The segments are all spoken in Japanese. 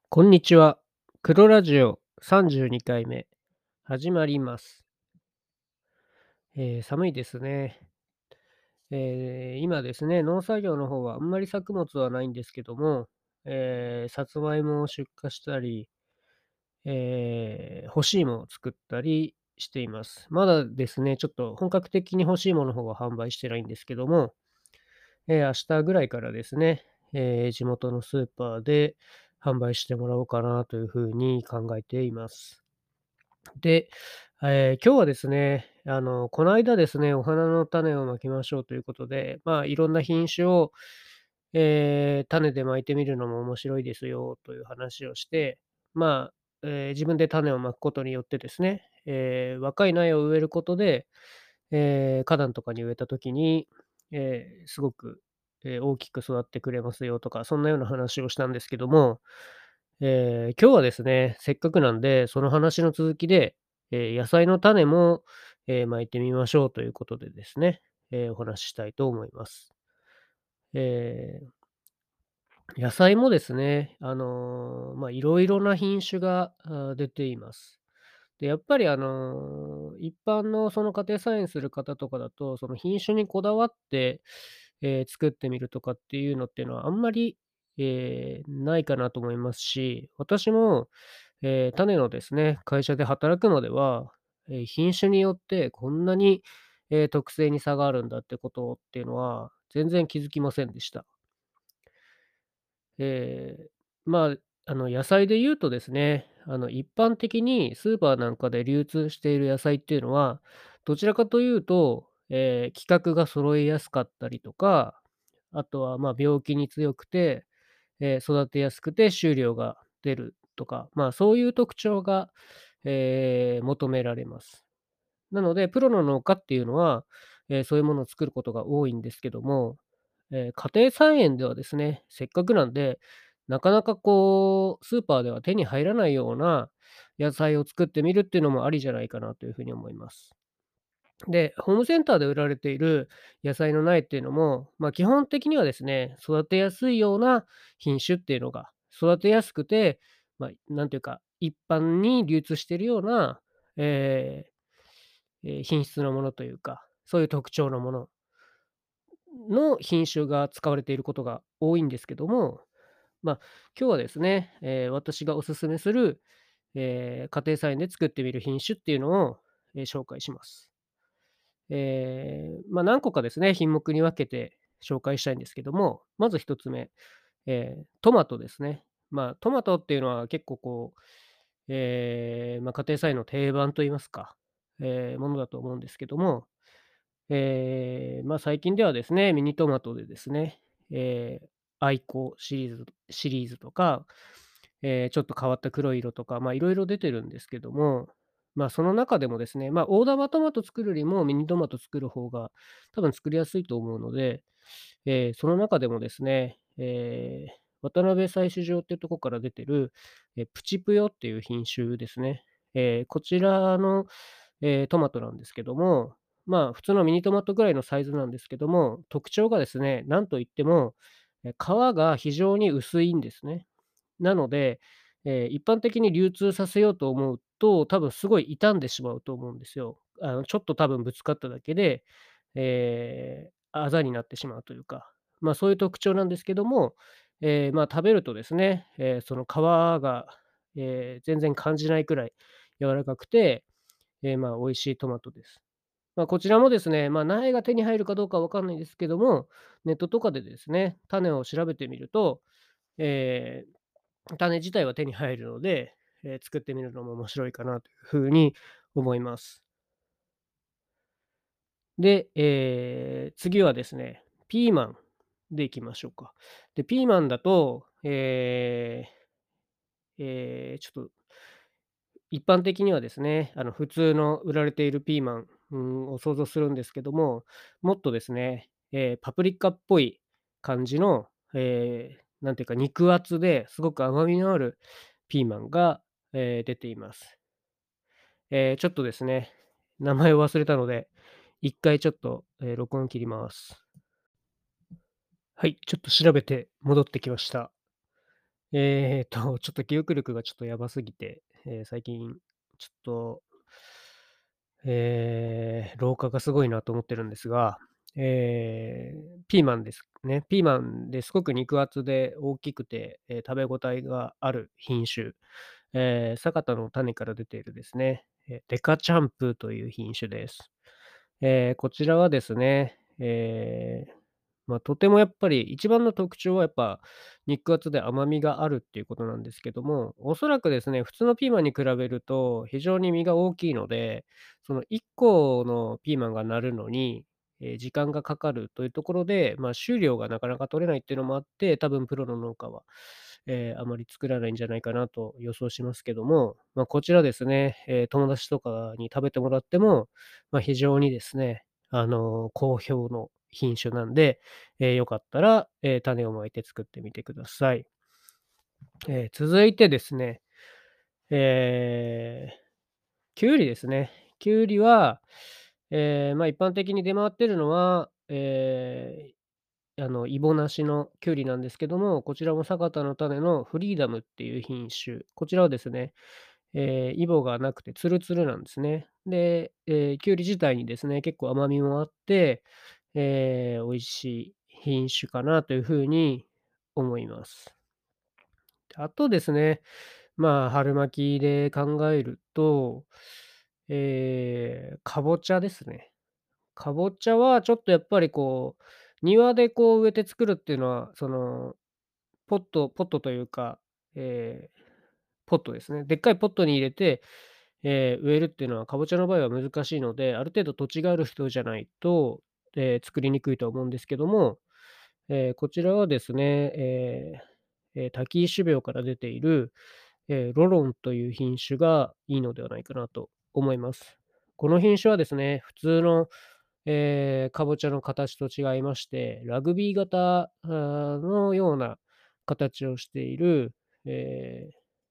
こんにちは。黒ラジオ32回目始まります。寒いですね。今ですね、農作業の方はあんまり作物はないんですけども、さつまいもを出荷したり、干し芋を作ったりしています。まだですね、ちょっと本格的に干し芋の方は販売してないんですけども、明日ぐらいからですね、地元のスーパーで販売してもらおうかなというふうに考えています。で、今日はですね、この間ですね、お花の種をまきましょうということで、いろんな品種を、種でまいてみるのも面白いですよという話をして、自分で種をまくことによってですね、若い苗を植えることで、花壇とかに植えた時に、すごく、大きく育ってくれますよとか、そんなような話をしたんですけども、今日はですね、せっかくなんで、その話の続きで、野菜の種も、まいてみましょうということでですね、お話ししたいと思います。え野菜もですね、いろいろな品種が、出ています。で、やっぱり一般のその家庭菜園する方とかだと、その品種にこだわって、作ってみるとかっていうのっていうのはあんまり、ないかなと思いますし、私も、種のですね、会社で働くまでは、品種によってこんなに、特性に差があるんだってことっていうのは、全然気づきませんでした。ええ、ま野菜で言うとですね、一般的にスーパーなんかで流通している野菜っていうのは、どちらかというと、規格が揃いやすかったりとか、あとは、病気に強くて、育てやすくて収量が出るとか、そういう特徴が、求められます。なので、プロの農家っていうのは、そういうものを作ることが多いんですけども、家庭菜園ではですね、せっかくなんで、なかなかこう、スーパーでは手に入らないような野菜を作ってみるっていうのもありじゃないかなというふうに思います。で、ホームセンターで売られている野菜の苗っていうのも、基本的にはですね、育てやすいような品種っていうのが、育てやすくて、なんていうか、一般に流通しているような、え品質のものというか、そういう特徴のものの品種が使われていることが多いんですけども、まあ、今日はですね、私がお勧めする、家庭菜園で作ってみる品種っていうのを、紹介します。何個かですね、品目に分けて紹介したいんですけども、まず一つ目、トマトですね。トマトっていうのは結構こう、家庭菜園の定番と言いますか、ものだと思うんですけども、最近ではですね、ミニトマトでですね、アイコシリーズとか、ちょっと変わった黒い色とか、いろいろ出てるんですけども、その中でもですね、大玉トマト作るよりもミニトマト作る方が多分作りやすいと思うので、その中でもですね、渡辺採取場っていうところから出てる、プチプヨっていう品種ですね。こちらの、トマトなんですけども、普通のミニトマトぐらいのサイズなんですけども、特徴がですね、なんといっても、皮が非常に薄いんですね。なので、一般的に流通させようと思うと、多分すごい傷んでしまうと思うんですよ。ちょっと多分ぶつかっただけで、あざになってしまうというか、そういう特徴なんですけども、食べるとですね、その皮が、全然感じないくらい柔らかくて、美味しいトマトです。こちらもですね、苗が手に入るかどうかわかんないですけども、ネットとかでですね、種を調べてみると、え種自体は手に入るので、作ってみるのも面白いかなというふうに思います。で、次はですね、ピーマンでいきましょうか。で、ピーマンだと、ちょっと一般的にはですね、普通の売られているピーマン、を想像するんですけども、もっとですね、パプリカっぽい感じの、なんていうか肉厚ですごく甘みのあるピーマンが、出ています。ちょっとですね、名前を忘れたので、一回ちょっと、録音切ります。はい、ちょっと調べて戻ってきました。 ちょっと記憶力がちょっとやばすぎて、最近ちょっと、老化がすごいなと思ってるんですが、ピーマンですね。ピーマンですごく肉厚で大きくて、食べ応えがある品種、酒田の種から出ているですね、デカチャンプという品種です。こちらはですね、とてもやっぱり一番の特徴はやっぱ肉厚で甘みがあるっていうことなんですけども、おそらくですね、普通のピーマンに比べると非常に実が大きいので、その1個のピーマンがなるのに、時間がかかるというところで、収量がなかなか取れないっていうのもあって、多分プロの農家は、あまり作らないんじゃないかなと予想しますけども、こちらですね、友達とかに食べてもらっても、非常にですね、好評の品種なんで、よかったら、種をまいて作ってみてください。続いてですね、えきゅうりですね。きゅうりは、一般的に出回っているのは、イボなしのきゅうりなんですけども、こちらも酒田の種のフリーダムっていう品種。こちらはですね、イボがなくてツルツルなんですね。で、きゅうり自体にですね、結構甘みもあって、美味しい品種かなというふうに思います。あとですね、春巻きで考えると、かぼちゃですね。かぼちゃはちょっとやっぱりこう、庭でこう植えて作るっていうのは、ポットというか、えーポットですね。でっかいポットに入れて、植えるっていうのは、かぼちゃの場合は難しいので、ある程度土地がある人じゃないと、作りにくいとは思うんですけども、こちらはですね、タキイシュベオから出ている、ロロンという品種がいいのではないかなと思います。この品種はですね、普通の、かぼちゃの形と違いまして、ラグビー型のような形をしている、え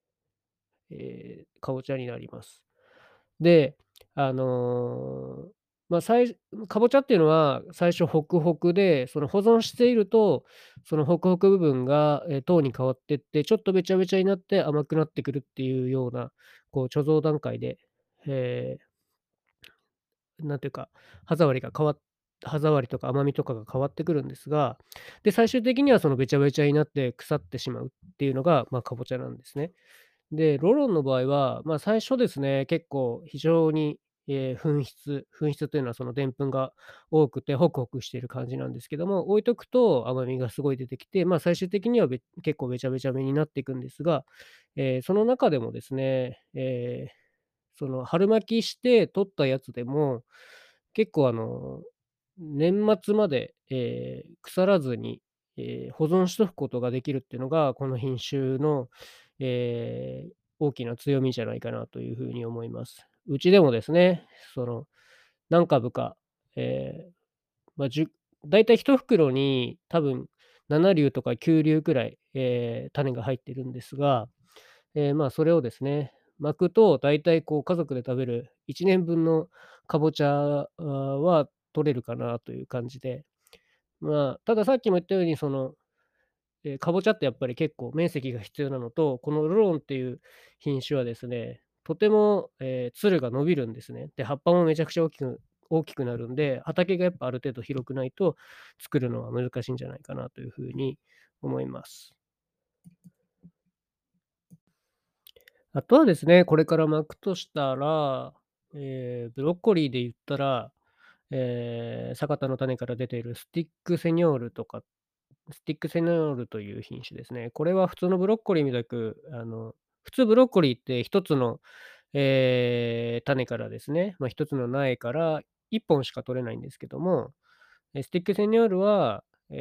かぼちゃになります。で、あの、まあ、さいかぼちゃっていうのは最初ホクホクで、その保存していると、そのホクホク部分が、糖に変わってって、ちょっとべちゃべちゃになって甘くなってくるっていうような、こう貯蔵段階で、えなんていうか、歯触りが変わっ歯触りとか甘みとかが変わってくるんですが、で、最終的にはそのべちゃべちゃになって腐ってしまうっていうのが、かぼちゃなんですね。で、ロロンの場合は、最初ですね、結構非常に、紛失というのはその澱粉が多くてホクホクしている感じなんですけども、置いとくと甘みがすごい出てきて、最終的には結構べちゃべちゃめになっていくんですが、その中でもですね、その春巻きして取ったやつでも、結構年末まで、腐らずに、保存しとくことができるっていうのが、この品種の、大きな強みじゃないかなというふうに思います。うちでもですね、その、何株か、えじゅだいたい1袋に多分7粒とか9粒くらい、種が入ってるんですが、それをですね、巻くとだいたいこう家族で食べる1年分のかぼちゃは取れるかなという感じで、たださっきも言ったようにかぼちゃってやっぱり結構面積が必要なのと、このロロンっていう品種はですね、とても、つるが伸びるんですね。で、葉っぱもめちゃくちゃ大きくなるんで、畑がやっぱある程度広くないと作るのは難しいんじゃないかなというふうに思います。あとはですね、これから巻くとしたら、ブロッコリーで言ったら、酒田の種から出ているスティックセニョールという品種ですね。これは普通のブロッコリーみたく、普通ブロッコリーって一つの、種からですね、一つの苗から1本しか取れないんですけども、スティックセニョールは、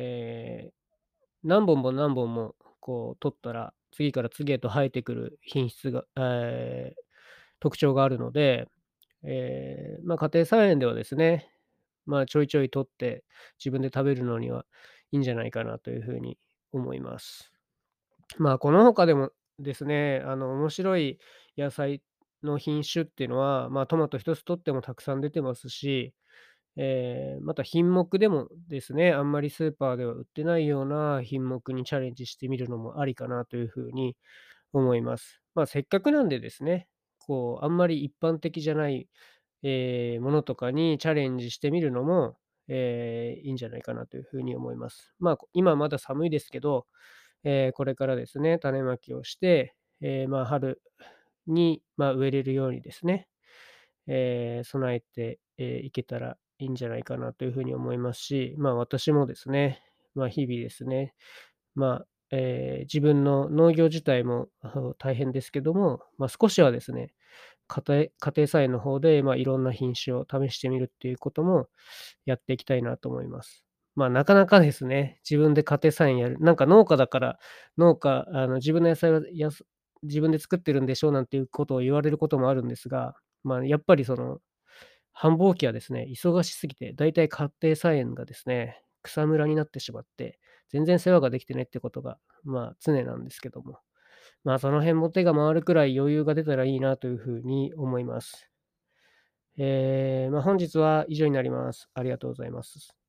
何本も何本もこう取ったら、次から次へと生えてくる品質が特徴があるので、家庭菜園ではですね、ちょいちょい取って自分で食べるのにはいいんじゃないかなというふうに思います。この他でもですね、面白い野菜の品種っていうのは、トマト一つとってもたくさん出てますし、 また品目でもですね、あんまりスーパーでは売ってないような品目にチャレンジしてみるのもありかなというふうに思います。せっかくなんでですね、あんまり一般的じゃない、ものとかにチャレンジしてみるのも、いいんじゃないかなというふうに思います。今まだ寒いですけど、これからですね、種まきをして、春に、植えれるようにですね、備えて、いけたらいいんじゃないかなというふうに思いますし、私もですね、日々ですね、自分の農業自体も、大変ですけども、少しはですね、家庭菜園の方で、いろんな品種を試してみるっていうこともやっていきたいなと思います。なかなかですね、自分で家庭菜園やるなんか農家だから、自分の野菜は自分で作ってるんでしょうなんていうことを言われることもあるんですが、やっぱりその、繁忙期はですね、忙しすぎて、だいたい家庭菜園がですね、草むらになってしまって、全然世話ができてないってことが、常なんですけども。その辺も手が回るくらい余裕が出たらいいなというふうに思います。本日は以上になります。ありがとうございます。